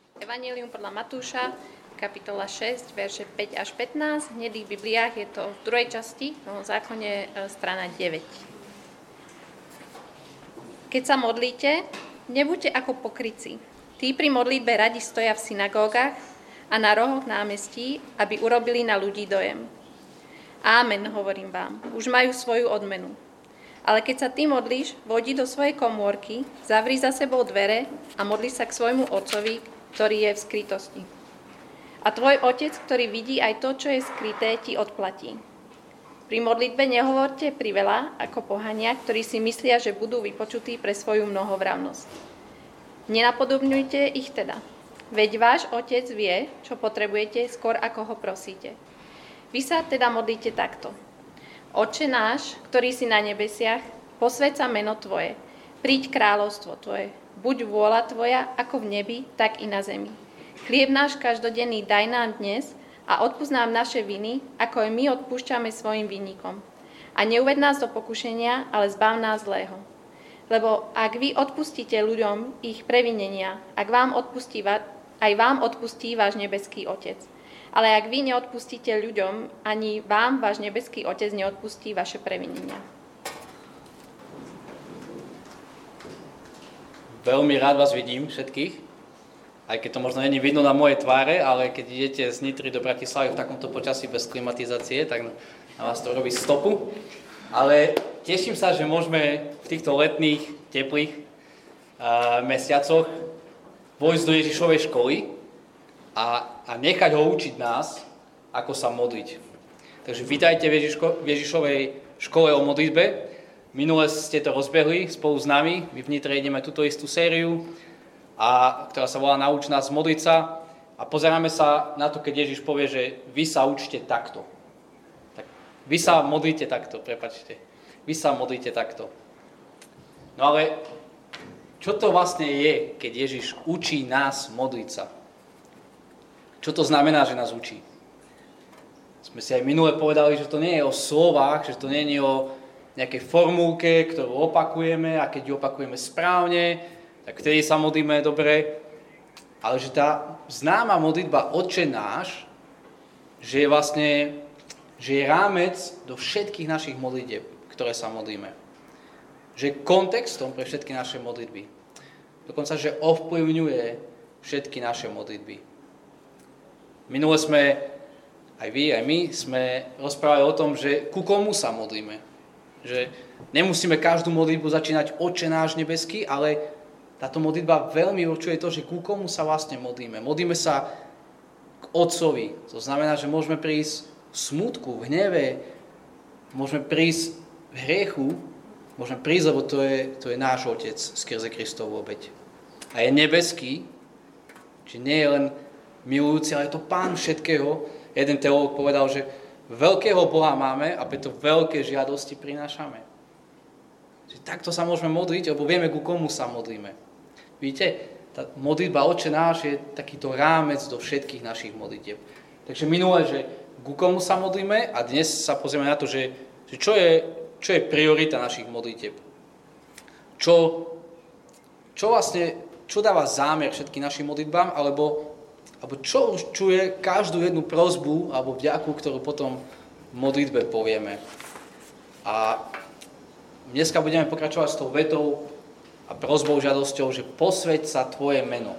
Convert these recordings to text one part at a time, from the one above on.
Evanjelium podľa Matúša, kapitola 6, verše 5 až 15. V hnedých Bibliách je to v druhej časti, v Novom zákone, strana 9. Keď sa modlíte, nebuďte ako pokrytci. Tí pri modlitbe radi stoja v synagógach a na rohoch námestí, aby urobili na ľudí dojem. Ámen, hovorím vám, už majú svoju odmenu. Ale keď sa ty modlíš, vodi do svojej komórky, zavri za sebou dvere a modli sa k svojmu otcovi, ktorý je v skrytosti. A tvoj otec, ktorý vidí aj to, čo je skryté, ti odplatí. Pri modlitbe nehovorte priveľa ako pohania, ktorí si myslia, že budú vypočutí pre svoju mnohovravnosť. Nenapodobňujte ich teda. Veď váš otec vie, čo potrebujete, skôr ako ho prosíte. Vy sa teda modlíte takto. Otče náš, ktorý si na nebesiach, posväť sa meno tvoje. Príď kráľovstvo tvoje. Buď vôľa tvoja, ako v nebi, tak i na zemi. Chlieb náš každodenný daj nám dnes a odpusť nám naše viny, ako aj my odpúšťame svojim vinníkom. A neuved nás do pokušenia, ale zbav nás zlého. Lebo ak vy odpustíte ľuďom ich previnenia, aj vám odpustí váš nebeský Otec. Ale ak vy neodpustíte ľuďom, ani vám váš nebeský Otec neodpustí vaše previnenia. Veľmi rád vás vidím všetkých, aj keď to možno nie je vidno na mojej tváre, ale keď idete z Nitry do Bratislavy v takomto počasí bez klimatizácie, tak na vás to robí stopu. Ale teším sa, že môžeme v týchto letných, teplých mesiacoch vojsť do Ježišovej školy a nechať ho učiť nás, ako sa modliť. Takže vítajte v Ježišovej škole o modlitbe. Minule ste to rozbehli spolu s nami, my v Nitre ideme túto istú sériu, ktorá sa volá Nauč nás modliť sa, a pozeráme sa na to, keď Ježiš povie, že vy sa učte takto. Tak, vy sa modlíte takto, prepáčte. Vy sa modlíte takto. No ale čo to vlastne je, keď Ježiš učí nás modliť sa? Čo to znamená, že nás učí? Sme si aj minule povedali, že to nie je o slovách, že to nie je o nejakej formulke, ktorú opakujeme, a keď ju opakujeme správne, tak vtedy sa modlíme dobre. Ale že tá známa modlitba Otče náš, že je rámec do všetkých našich modlitieb, ktoré sa modlíme. Že je kontextom pre všetky naše modlitby. Dokonca, že ovplyvňuje všetky naše modlitby. Minule sme, aj vy, aj my, sme rozprávali o tom, že ku komu sa modlíme. Že nemusíme každú modlitbu začínať Otče náš nebeský, ale táto modlitba veľmi určuje to, že ku komu sa vlastne modlíme. Modlíme sa k Otcovi. To znamená, že môžeme prísť v smútku, v hneve, môžeme prísť v hriechu, môžeme prísť, lebo to je náš Otec skrze Kristovú obeť. A je nebeský, čiže nie je len milujúci, ale je to Pán všetkého. Jeden teológ povedal, že veľkého Boha máme a preto veľké žiadosti prinášame. Čiže takto sa môžeme modliť, lebo vieme, ku komu sa modlíme. Vidíte, tá modlitba Otče náš je takýto rámec do všetkých našich modlitieb. Takže minule, že ku komu sa modlíme, a dnes sa pozrieme na to, že čo je priorita našich modlitieb. Čo dáva zámer všetkým našim modlitbám, alebo čo určuje každú jednu prosbu alebo vďaku, ktorú potom v modlitbe povieme. A dneska budeme pokračovať s tou vetou a prosbou, žiadosťou, že posväť sa tvoje meno.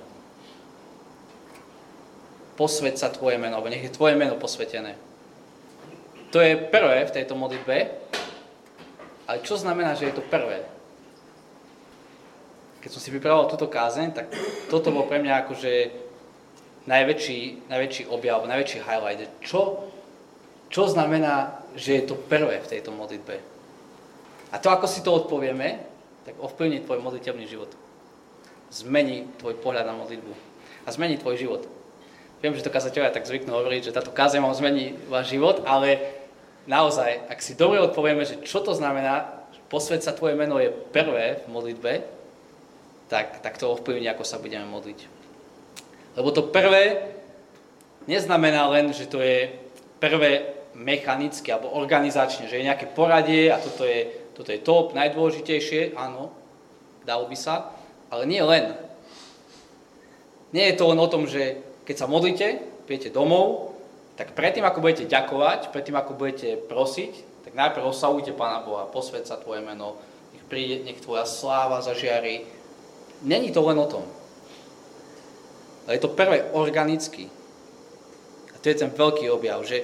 Posväť sa tvoje meno, alebo nech je tvoje meno posvätené. To je prvé v tejto modlitbe, ale čo znamená, že je to prvé? Keď som si pripravoval túto kázeň, tak toto bol pre mňa akože najväčší objav, najväčší highlight. Čo znamená, že je to prvé v tejto modlitbe? A to, ako si to odpovieme, tak ovplyvní tvoj modlitebný život. Zmení tvoj pohľad na modlitbu. A zmení tvoj život. Viem, že to kazateľia tak zvyknú hovoriť, že táto kázeň vám zmení váš život, ale naozaj, ak si dobre odpovieme, že čo to znamená, posväť sa tvoje meno je prvé v modlitbe, tak to ovplyvní, ako sa budeme modliť. Lebo to prvé neznamená len, že to je prvé mechanicky alebo organizačne, že je nejaké poradie a toto je top, najdôležitejšie, áno, dalo by sa, ale nie len. Nie je to len o tom, že keď sa modlíte, prídete domov, tak predtým, ako budete ďakovať, predtým, ako budete prosiť, tak najprv oslavujte Pána Boha, posväť sa tvoje meno, nech príde, nech tvoja sláva zažiari. Není to len o tom. Ale je to prvé organicky. A to je ten veľký objav, že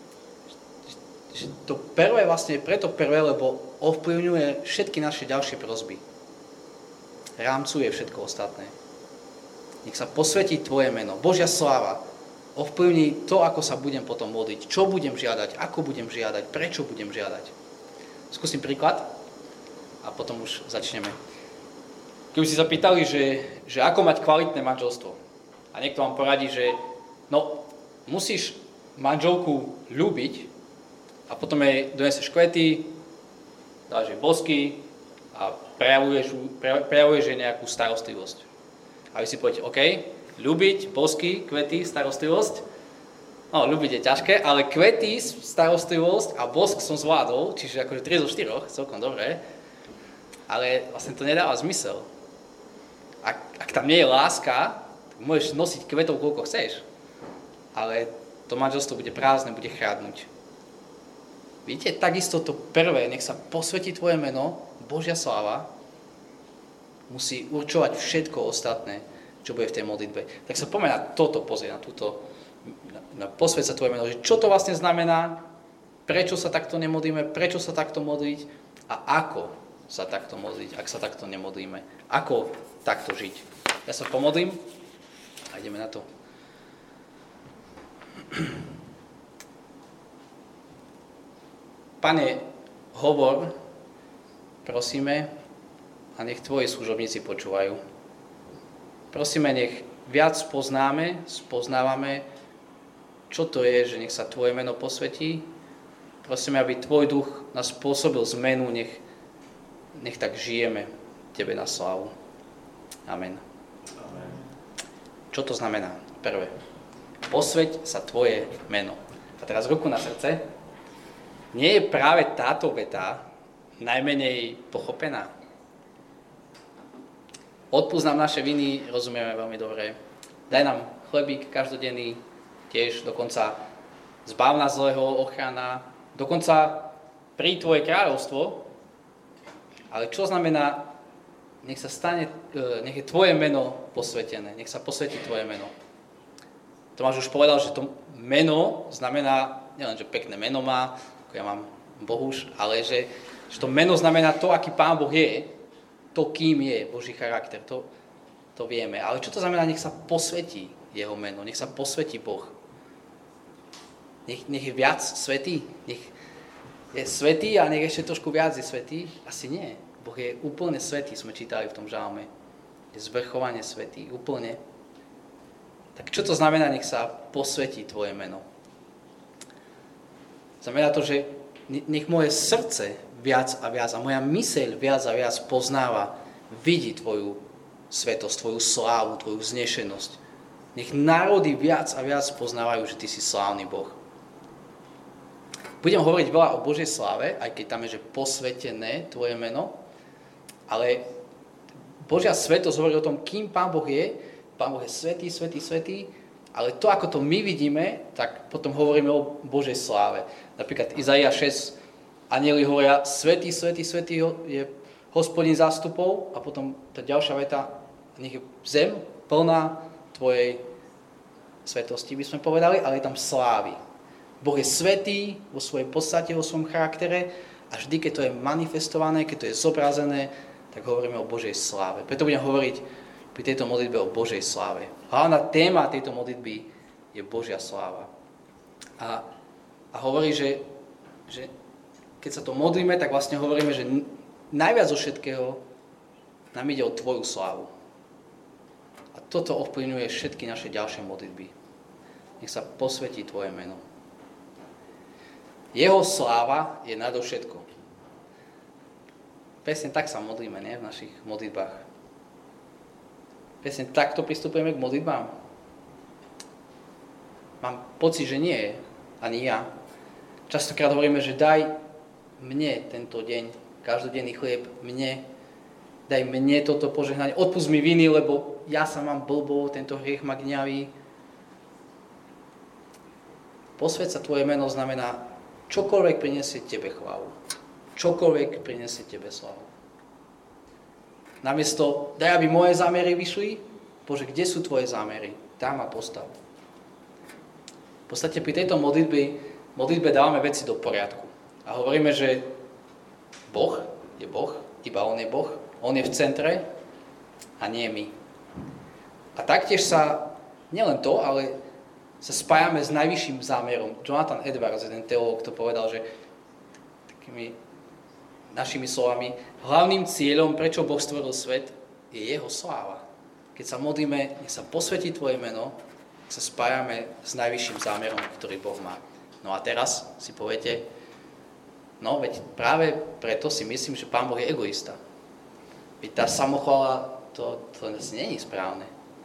to prvé vlastne je preto prvé, lebo ovplyvňuje všetky naše ďalšie prosby. Rámcuje všetko ostatné. Nech sa posvetí tvoje meno. Božia sláva ovplyvní to, ako sa budem potom modliť. Čo budem žiadať, ako budem žiadať, prečo budem žiadať. Skúsim príklad a potom už začneme. Keby si sa pýtali, že ako mať kvalitné manželstvo a niekto vám poradí, že musíš manželku ľúbiť a potom jej doneseš kvety, dáš jej bosky a prejavuješ jej nejakú starostlivosť. A vy si poviete, OK, ľúbiť, bosky, kvety, starostlivosť. Ľúbiť je ťažké, ale kvety, starostlivosť a bosk som zvládol, čiže akože 3 zo 4, celkom dobré. Ale vlastne to nedáva zmysel. Ak tam nie je láska, tak môžeš nosiť kvetov, koľko chceš. Ale to manželstvo bude prázdne, bude chradnúť. Vidíte, takisto to prvé, nech sa posvetí tvoje meno, Božia sláva, musí určovať všetko ostatné, čo bude v tej modlitbe. Tak sa poďme na toto pozrieť, na posväť sa tvoje meno, že čo to vlastne znamená, prečo sa takto nemodlíme, prečo sa takto modliť a ako sa takto modliť, ak sa takto nemodlíme. Ako takto žiť. Ja sa pomodlím a ideme na to. Pane, hovor, prosíme, a nech tvoji služobníci počúvajú. Prosíme, nech viac spoznávame, čo to je, že nech sa tvoje meno posvetí. Prosíme, aby tvoj duch nás spôsobil zmenu, nech tak žijeme tebe na slávu. Amen. Čo to znamená? Prvé, posveť sa tvoje meno. A teraz ruku na srdce. Nie je práve táto veta najmenej pochopená? Odpúsť nám naše viny, rozumieme veľmi dobre. Daj nám chlebík každodenný, tiež dokonca zbav nás zlého, ochrana, dokonca príď tvoje kráľovstvo. Ale čo znamená, nech je tvoje meno posvetené, nech sa posvetí tvoje meno. Tomáš už povedal, že to meno znamená, nielen, že pekné meno má, ako ja mám Bohuš, ale že to meno znamená to, aký Pán Boh je, to, kým je Boží charakter, to vieme. Ale čo to znamená, nech sa posvetí jeho meno, nech sa posvetí Boh. Nech je viac svätý, nech je svätý a nech ešte trošku viac je svätý. Asi nie. Boh je úplne svätý, sme čítali v tom žalme. Je zvrchovane svätý, úplne. Tak čo to znamená, nech sa posvetí tvoje meno? Znamená to, že nech moje srdce viac a viac a moja myseľ viac a viac poznáva, vidí tvoju svetosť, tvoju slávu, tvoju vznešenosť. Nech národy viac a viac poznávajú, že ty si slávny Boh. Budem hovoriť veľa o Božej sláve, aj keď tam je, že posvetené tvoje meno, ale Božia svetosť hovorí o tom, kým Pán Boh je. Pán Boh je svätý, svätý, svätý, ale to, ako to my vidíme, tak potom hovoríme o Božej sláve. Napríklad Izaiáš 6, anjeli hovoria, svätý, svätý, svätý je Hospodin zástupov a potom tá ďalšia veta, nech je zem plná tvojej svetosti, by sme povedali, ale je tam slávy. Boh je svätý vo svojej podstate, vo svojom charaktere a vždy, keď to je manifestované, keď to je zobrazené, tak hovoríme o Božej sláve. Preto budem hovoriť pri tejto modlitbe o Božej sláve. Hlavná téma tejto modlitby je Božia sláva. A hovorí, že keď sa to modlíme, tak vlastne hovoríme, že najviac zo všetkého nám ide o tvoju slávu. A toto ovplyvňuje všetky naše ďalšie modlitby. Nech sa posvetí tvoje meno. Jeho sláva je nadovšetko. Presne tak sa modlíme, nie? V našich modlitbách. Presne takto pristupujeme k modlitbám. Mám pocit, že nie, ani ja. Častokrát hovoríme, že daj mne tento deň, každodenný chlieb, mne, Daj mne toto požehnanie, odpusť mi viny, lebo ja sa mám blbo, tento hriech ma gňaví. Posväť sa tvoje meno znamená, čokoľvek prinesie tebe chválu. Čokoľvek prinesie tebe slavu. Namiesto, daj, aby moje zámery vyšli, Bože, kde sú tvoje zámery? Tam ma postav. V podstate pri tejto modlitbe dávame veci do poriadku. A hovoríme, že Boh je Boh, iba On je Boh, On je v centre a nie my. A taktiež sa, nielen to, ale sa spájame s najvyšším zámerom. Jonathan Edwards, jeden teológ, to povedal, že takými našimi slovami, hlavným cieľom, prečo Boh stvoril svet, je jeho sláva. Keď sa modlíme, nech sa posvetí tvoje meno, sa spájame s najvyšším zámerom, ktorý Boh má. No a teraz si poviete, no veď práve preto si myslím, že Pán Boh je egoista. Veď tá samochvála, to nie je správne.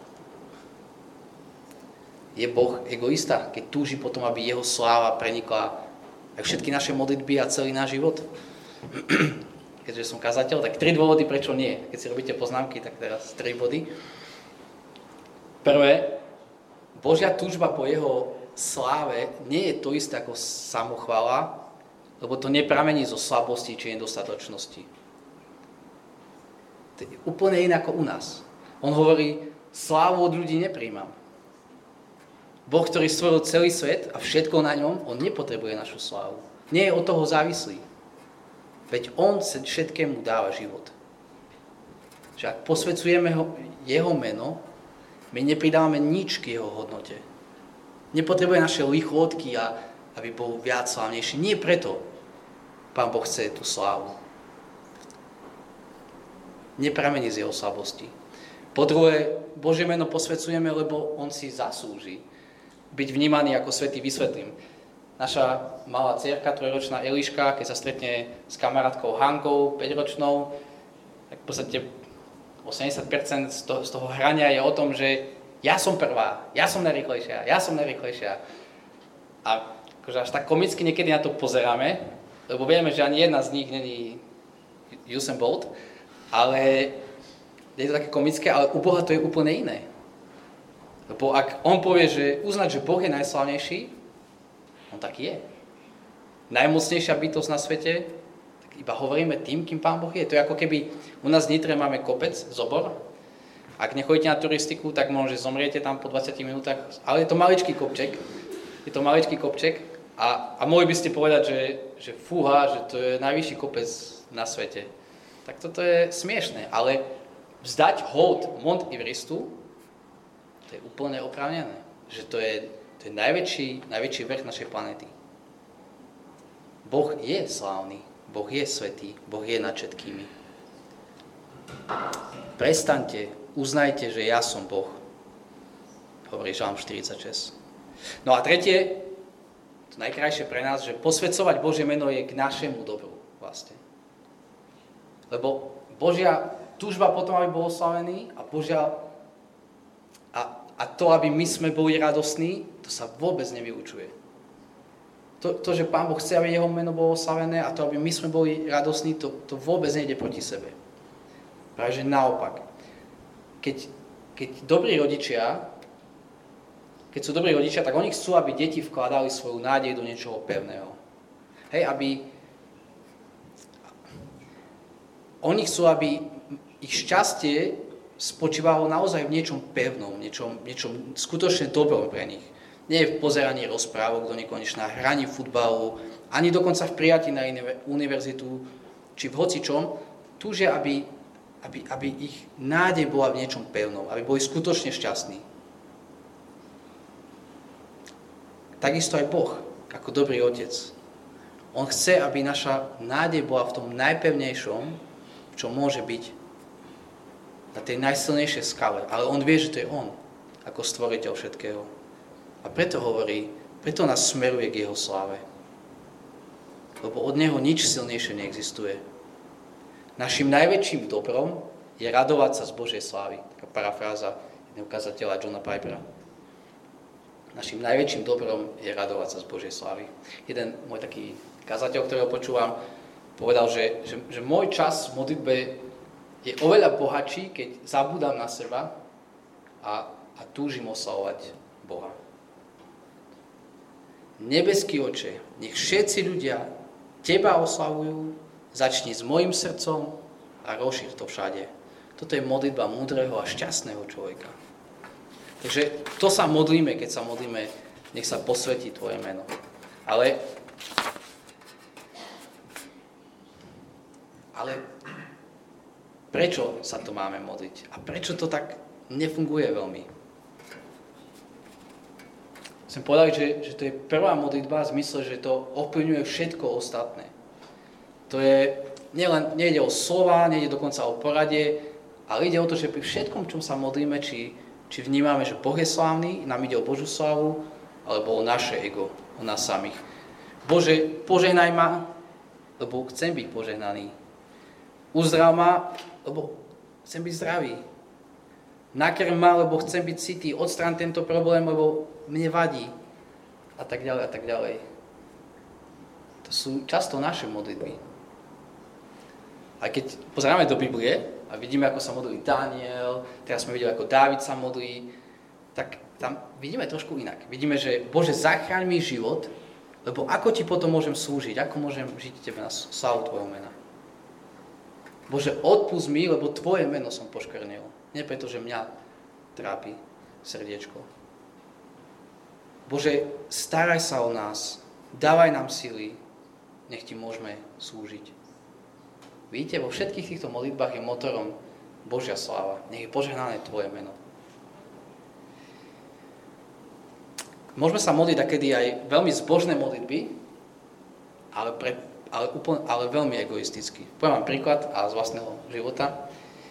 Je Boh egoista, keď túži potom, aby jeho sláva prenikla aj všetky naše modlitby a celý náš život? Keďže som kazateľ, tak 3 dôvody, prečo nie. Keď si robíte poznámky, tak teraz 3 body. Prvé, Božia túžba po jeho sláve nie je to isté ako samochvála, lebo to nepramení zo slabosti či nedostatočnosti. To je úplne iné ako u nás. On hovorí, slávu od ľudí nepríjmam. Boh, ktorý stvoril celý svet a všetko na ňom, on nepotrebuje našu slávu. Nie je od toho závislý. Veď on všetkému dáva život. Že ak posvedzujeme jeho meno, my nepridávame nič k jeho hodnote. Nepotrebuje naše lichotky, aby bol viac slávnejší. Nie preto Pán Boh chce tú slávu. Nepramení z jeho slabosti. Po druhé, Božie meno posvedzujeme, lebo on si zaslúži byť vnímaný ako svätý. Vysvetlím. Naša malá dcérka, 3-ročná Eliška, keď sa stretne s kamarátkou Hankou, 5-ročnou, tak v podstate 80% z toho hrania je o tom, že ja som prvá, ja som najrýchlejšia. A akože až tak komicky niekedy na to pozeráme, lebo vieme, že ani jedna z nich není Usain Bolt, ale je to také komické, ale u Boha to je úplne iné. Lebo ak on povie, že uznať, že Boh je najslavnejší, on tak je. Najmocnejšia bytosť na svete, tak iba hovoríme tým, kým Pán Boh je. To je ako keby u nás v Nitre máme kopec, Zobor. Ak nechodíte na turistiku, tak možno, že zomriete tam po 20 minútach, ale je to maličký kopček. A mohli by ste povedať, že fúha, že to je najvyšší kopec na svete. Tak toto je smiešné, ale vzdať hold Mont Everestu, to je úplne oprávnené. Že to je najväčší vrch našej planéty. Boh je slávny, Boh je svätý, Boh je nad všetkými. Prestaňte, uznajte, že ja som Boh, hovorí Žalm 46. No a tretie, to najkrajšie pre nás, že posväcovať Božie meno je k našemu dobru vlastne. Lebo Božia túžba potom, aby bol oslavený a to, aby my sme boli radostní, to sa vôbec nevyučuje. To, že Pán Boh chce, aby jeho meno bolo oslavené a to, aby my sme boli radostní, to vôbec nejde proti sebe. Práve že naopak. Keď sú dobrí rodičia, tak oni chcú, aby deti vkladali svoju nádej do niečoho pevného. Hej, oni chcú, aby ich šťastie spočívalo naozaj v niečom pevnom, niečom skutočne dobrom pre nich. Nie je v pozeraní rozprávok do nekonečna, hraní futbalu, ani dokonca v prijatí na univerzitu, či v hocičom. Túžia, aby ich nádej bola v niečom pevnom, aby boli skutočne šťastní. Takisto aj Boh, ako dobrý otec. On chce, aby naša nádej bola v tom najpevnejšom, čo môže byť, na tej najsilnejšej skale. Ale on vie, že to je on, ako stvoriteľ všetkého. A preto nás smeruje k jeho sláve. Lebo od neho nič silnejšie neexistuje. Našim najväčším dobrom je radovať sa z Božej slávy. Taká parafráza jedného kazateľa Johna Pipera. Našim najväčším dobrom je radovať sa z Božej slávy. Jeden môj taký kazateľ, ktorého počúvam, povedal, že môj čas v modlitbe je oveľa bohatší, keď zabúdam na seba a túžim oslavovať Boha. Nebeský Oče, nech všetci ľudia Teba oslavujú, začni s mojim srdcom a rozšír to všade. Toto je modlitba múdreho a šťastného človeka. Takže to sa modlíme, keď sa modlíme, nech sa posvetí Tvoje meno. Ale prečo sa to máme modliť? A prečo to tak nefunguje veľmi? Chcem povedať, že to je prvá modlitba v zmysle, že to ovplyvňuje všetko ostatné. To je, nejde o slova, nejde dokonca o poradie, ale ide o to, že pri všetkom, čom sa modlíme, či vnímame, že Boh je slávny, nám ide o Božiu slávu, alebo o naše ego, o nás samých. Bože, požehnaj ma, lebo chcem byť požehnaný. Uzdrav ma, lebo chcem byť zdravý. Nakrm ma, lebo chcem byť citý. Odstráň tento problém, lebo mne vadí. A tak ďalej, a tak ďalej. To sú často naše modlitby. A keď pozeráme do Biblie a vidíme, ako sa modlí Daniel, teraz sme videli, ako Dávid sa modlí, tak tam vidíme trošku inak. Vidíme, že Bože, zachráň mi život, lebo ako Ti potom môžem slúžiť, ako môžem žiť Tebe na slávu Tvojho mena. Bože, odpusť mi, lebo Tvoje meno som poškvrnil. Nie preto, že mňa trápi srdiečko. Bože, staraj sa o nás, dávaj nám sily, nech Ti môžeme slúžiť. Vidíte, vo všetkých týchto modlitbách je motorom Božia sláva. Nech je požehnané Tvoje meno. Môžeme sa modliť takedy aj veľmi zbožné modlitby, ale veľmi egoisticky. Poviem vám príklad a z vlastného života.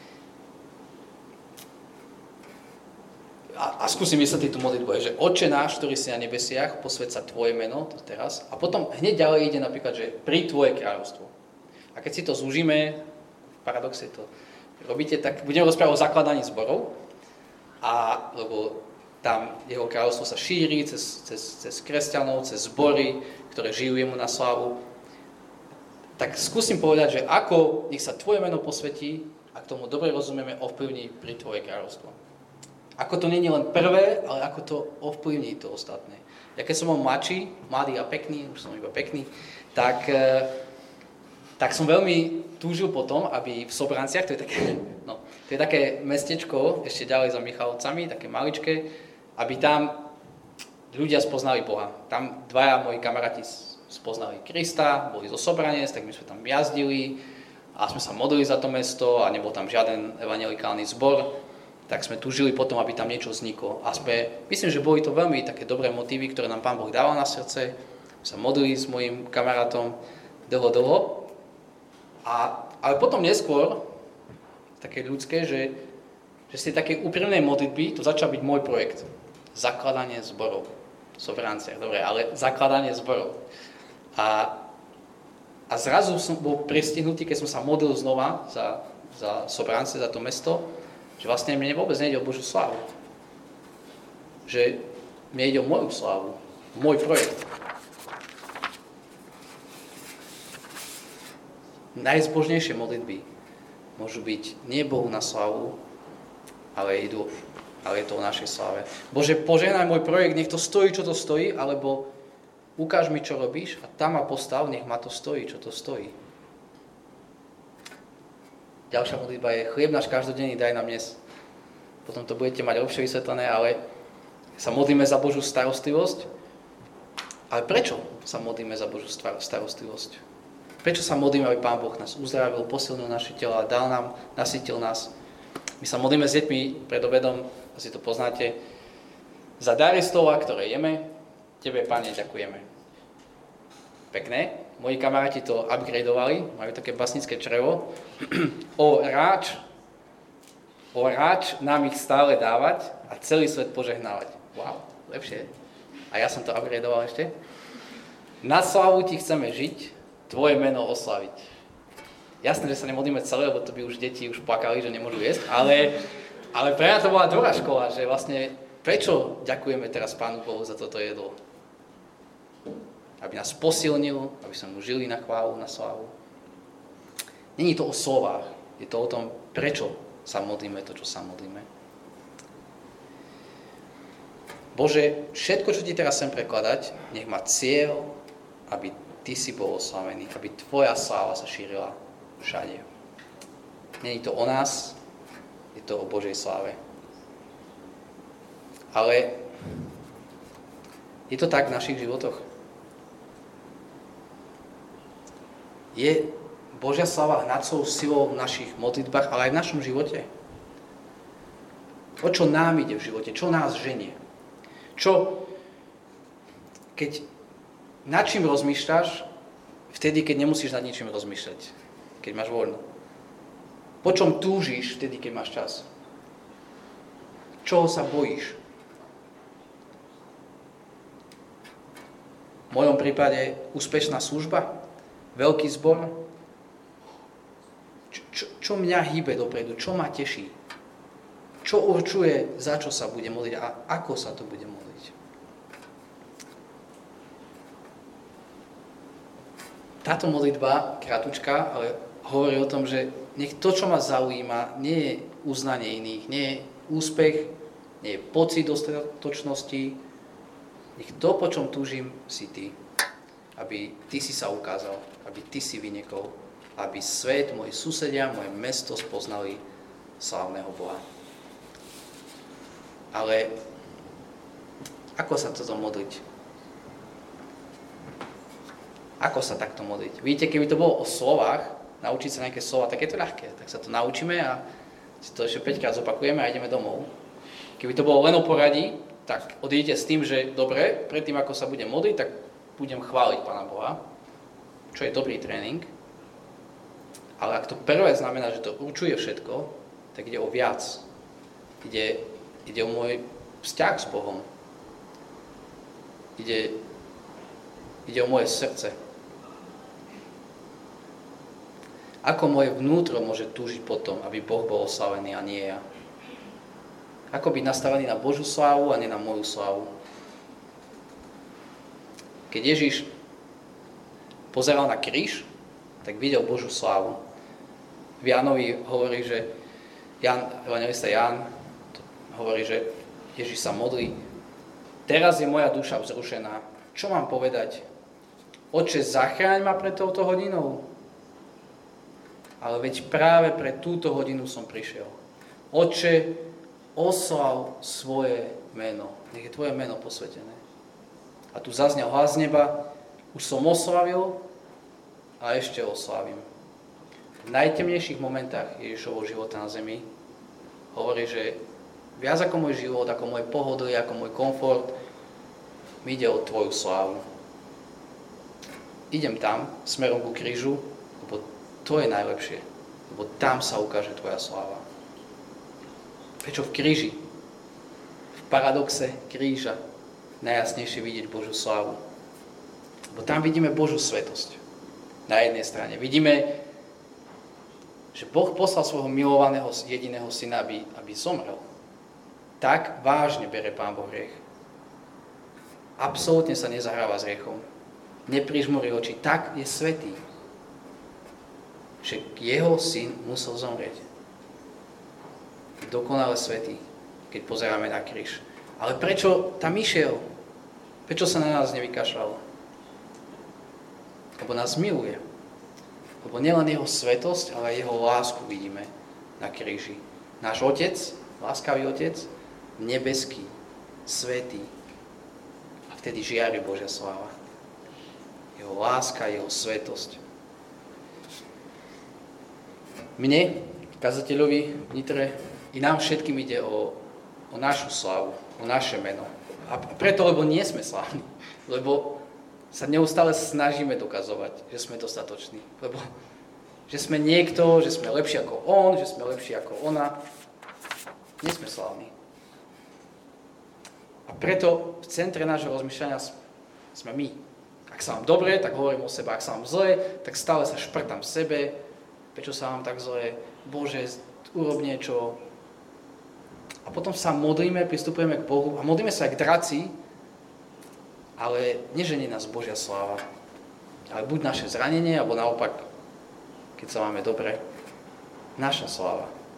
A skúsim vysvetliť tú modlitbu, že Otče náš, ktorý si na nebesiach, posväť sa Tvoje meno, to teraz. A potom hneď ďalej ide napríklad, že pri Tvoje kráľovstvo. A keď si to zúžime, v paradoxe to robíte, tak budeme rozprávať o zakladaní zborov, lebo tam jeho kráľovstvo sa šíri cez kresťanov, cez zbory, ktoré žijú jemu na slávu. Tak skúsim povedať, že ako nech sa Tvoje meno posvetí, ak tomu dobre rozumieme, ovplyvní pri Tvoje kráľovstvo. Ako to nie je len prvé, ale ako to ovplyvní to ostatné. Ja keď som bol mladý a pekný, už som iba pekný, tak som veľmi túžil potom, aby v Sobranciach, to je také mestečko, ešte ďalej za Michalovcami, také maličké, aby tam ľudia spoznali Boha. Tam dvaja moji kamaráti spoznali Krista, boli zo Sobranec, tak my sme tam jazdili a sme sa modlili za to mesto a nebol tam žiaden evanjelikálny zbor, tak sme túžili potom, aby tam niečo vzniklo. A myslím, že boli to veľmi také dobré motívy, ktoré nám Pán Boh dával na srdce. Sa modlili s mojim kamarátom dlho. Ale potom neskôr, také ľudské, že z tej takej úprimnej modlitby to začal byť môj projekt. Zakladanie zborov. Sobranciach, dobre, ale zakladanie zborov. A zrazu som bol pristihnutý, keď som sa modlil znova za Sobrance, za to mesto, že vlastne mne vôbec nejde o Božiu slávu. Že mne ide o moju slávu, môj projekt. Najzbožnejšie modlitby môžu byť nie Bohu na slávu, ale je to o našej sláve. Bože, požehnaj môj projekt, nech to stojí, čo to stojí, alebo ukáž mi, čo robíš a tam ma postav, nech ma to stojí, čo to stojí. Ďalšia modlitba je chlieb náš každodenný daj nám dnes. Potom to budete mať lepšie vysvetlené, ale sa modlíme za Božiu starostlivosť. Ale prečo sa modlíme za Božiu starostlivosť? Prečo sa modlíme, aby Pán Boh nás uzdravil, posilnil naše tela, dal nám, nasytil nás? My sa modlíme s deťmi pred obedom, asi to poznáte, za dary slova, ktoré jeme. Tebe, Pane, ďakujeme. Pekné. Moji kamaráti to upgradeovali, majú také basnické črevo. O ráč nám ich stále dávať a celý svet požehnávať. Wow, lepšie. A ja som to upgradeoval ešte. Na slávu Ti chceme žiť, Tvoje meno oslaviť. Jasné, že sa nemodlíme celé, lebo to by už deti už plakali, že nemôžu jesť, ale pre mňa to bola dobrá škola, že vlastne prečo ďakujeme teraz Pánu Bohu za toto jedlo? Aby nás posilnil, aby sme mu žili na chválu, na slávu. Není to o slovách, je to o tom prečo sa modlíme to, čo sa modlíme. Bože, všetko, čo ti teraz chcem prekladať, nech má cieľ, aby ty si bol oslavený, aby tvoja sláva sa šírila všade. Nie je to o nás, je to o Božej sláve. Ale je to tak v našich životoch? Je Božia sláva hnacou silou v našich modlitbách, ale aj v našom živote? O čo nám ide v živote? Čo nás ženie? Nad čím rozmýšľaš vtedy, keď nemusíš nad ničím rozmýšľať? Keď máš voľno? Po čom túžiš vtedy, keď máš čas? Čoho sa bojíš? V mojom prípade úspešná služba? Veľký zbor? Čo mňa hýbe dopredu? Čo ma teší? Čo určuje, za čo sa bude modliť a ako sa to bude modliť? Táto modlitba, kratučka, ale hovorí o tom, že nech to, čo ma zaujíma, nie je uznanie iných, nie je úspech, nie je pocit dostatočnosti. Nech to, po čom túžim, si ty. Aby ty si sa ukázal, aby ty si vyniekol, aby svet, moji susedia, moje mesto spoznali slávneho Boha. Ale ako sa toto modliť? Ako sa takto modliť? Vidíte, keby to bolo o slovách, naučiť sa nejaké slova, tak je to ľahké. Tak sa to naučíme a si to ešte 5 krát zopakujeme a ideme domov. Keby to bolo len o poradí, tak odídete s tým, že dobre, predtým ako sa budem modliť, tak budem chváliť Pána Boha, čo je dobrý tréning. Ale ak to prvé znamená, že to určuje všetko, tak ide o viac. Ide o môj vzťah s Bohom. Ide o moje srdce. Ako moje vnútro môže túžiť potom, aby Boh bol oslavený a nie ja? Ako byť nastavený na Božiu slávu a nie na moju slávu? Keď Ježiš pozeral na kríž, tak videl Božiu slávu. V Jánovi hovorí, že evanjelista Ján hovorí, že Ježiš sa modlí. Teraz je moja duša vzrušená. Čo mám povedať? Otče, zachráň ma pred touto hodinou. Ale veď práve pre túto hodinu som prišiel. Otče, oslav svoje meno. Nech je tvoje meno posvetené. A tu zaznel hlas z neba. Už som oslavil a ešte oslavím. V najtemnejších momentách Ježišovho života na zemi hovorí, že viac ako môj život, ako moje pohodlie, ako môj komfort, mi ide o tvoju slávu. Idem tam, smerom ku krížu, lebo to je najlepšie. Lebo tam sa ukáže tvoja sláva. Prečo v kríži? V paradoxe kríža najjasnejšie vidieť Božiu slávu. Lebo tam vidíme Božiu svetosť. Na jednej strane. Vidíme, že Boh poslal svojho milovaného jediného syna, aby zomrel. Tak vážne bere Pán Boh hriech. Absolútne sa nezahráva s hriechom. Neprižmúri oči. Tak je svätý. Že jeho syn musel zomrieť. Dokonale svätý, keď pozeráme na kríž. Ale prečo tam išiel? Prečo sa na nás nevykašľal? Lebo nás miluje. Lebo nielen jeho svetosť, ale aj jeho lásku vidíme na kríži. Náš Otec, láskavý Otec, nebeský, svätý. A vtedy žiari Božia sláva. Jeho láska, jeho svetosť. Mne, kazateľovi v Nitre, i nám všetkým ide o našu slávu, o naše meno. A preto, lebo nie sme slávni. Lebo sa neustále snažíme dokazovať, že sme dostatoční. Lebo že sme niekto, že sme lepší ako on, že sme lepší ako ona. Nie sme slávni. A preto v centre nášho rozmýšľania sme my. Ak sa vám dobre, tak hovorím o sebe. Ak sa vám zle, tak stále sa šprtám v sebe. Prečo sa vám tak zle? Bože, urob niečo. A potom sa modlíme, pristupujeme k Bohu a modlíme sa aj k draci, ale neženie nás Božia sláva. Ale buď naše zranenie, alebo naopak, keď sa máme dobre, naša sláva.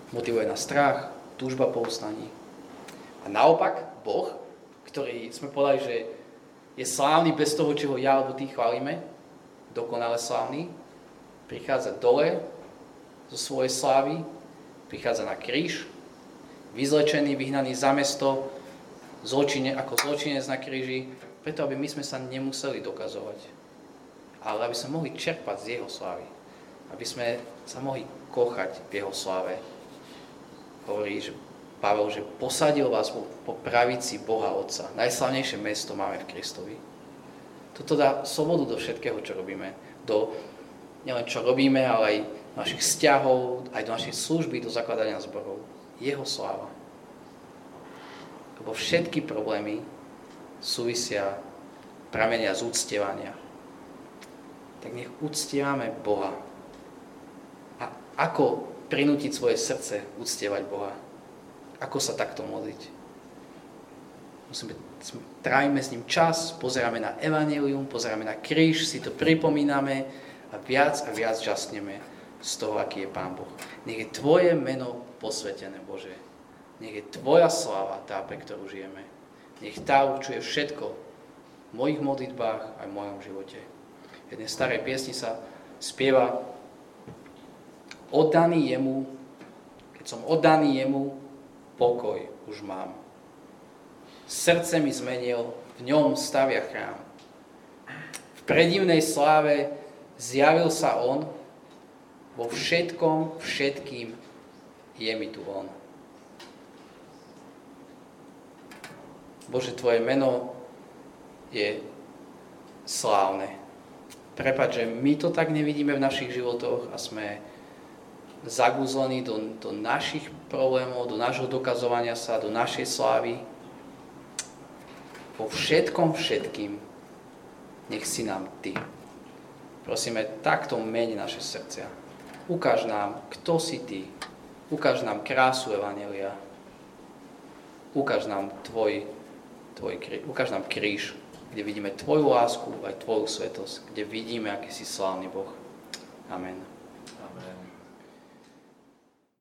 motivuje na strach, túžba po ustaní. A naopak Boh, ktorý sme povedali, že je slávny bez toho, či ho ja alebo ty chválime, dokonale slávny, prichádza dole zo svojej slávy, prichádza na kríž, vyzlečený, vyhnaný za mesto, ako zločinec na kríži, preto aby my sme sa nemuseli dokazovať, ale aby sme mohli čerpať z jeho slávy, aby sme sa mohli kochať v jeho sláve. Hovorí, že Pavel, že posadil vás po pravici Boha Otca. Najslavnejšie mesto máme v Kristovi. Toto dá slobodu do všetkého, čo robíme. Nielen čo robíme, ale aj našich vzťahov, aj do našej služby, do zakladania zborov. Jeho sláva. Lebo všetky problémy súvisia, pramenia z uctievania. Tak nech uctievame Boha. A ako prinútiť svoje srdce uctievať Boha? Ako sa takto modliť? Trávime s ním čas, pozeráme na evanjelium, pozeráme na kríž, si to pripomíname a viac žasneme z toho, aký je Pán Boh. Nech je tvoje meno posvetené, Bože. Nech je tvoja sláva tá, pre ktorú žijeme. Nech tá určuje všetko v mojich modlitbách aj v mojom živote. V jednej starej piesni sa spieva: oddaný jemu, keď som oddaný jemu, pokoj už mám. Srdce mi zmenil, v ňom stavia chrám. V predivnej sláve zjavil sa on, vo všetkom, všetkým je mi tu on. Bože, tvoje meno je slávne. Prepáč, že my to tak nevidíme v našich životoch a sme zagúzlení do našich problémov, do nášho dokazovania sa, do našej slávy. Vo všetkom, všetkým nech si nám ty. Prosíme, takto meň naše srdcia. Ukáž nám, kto si ty. Ukáž nám krásu evanjelia. Ukáž nám ukáž nám kríž, kde vidíme tvoju lásku, aj tvoju svetosť, kde vidíme, aký si slávny Boh. Amen. Amen.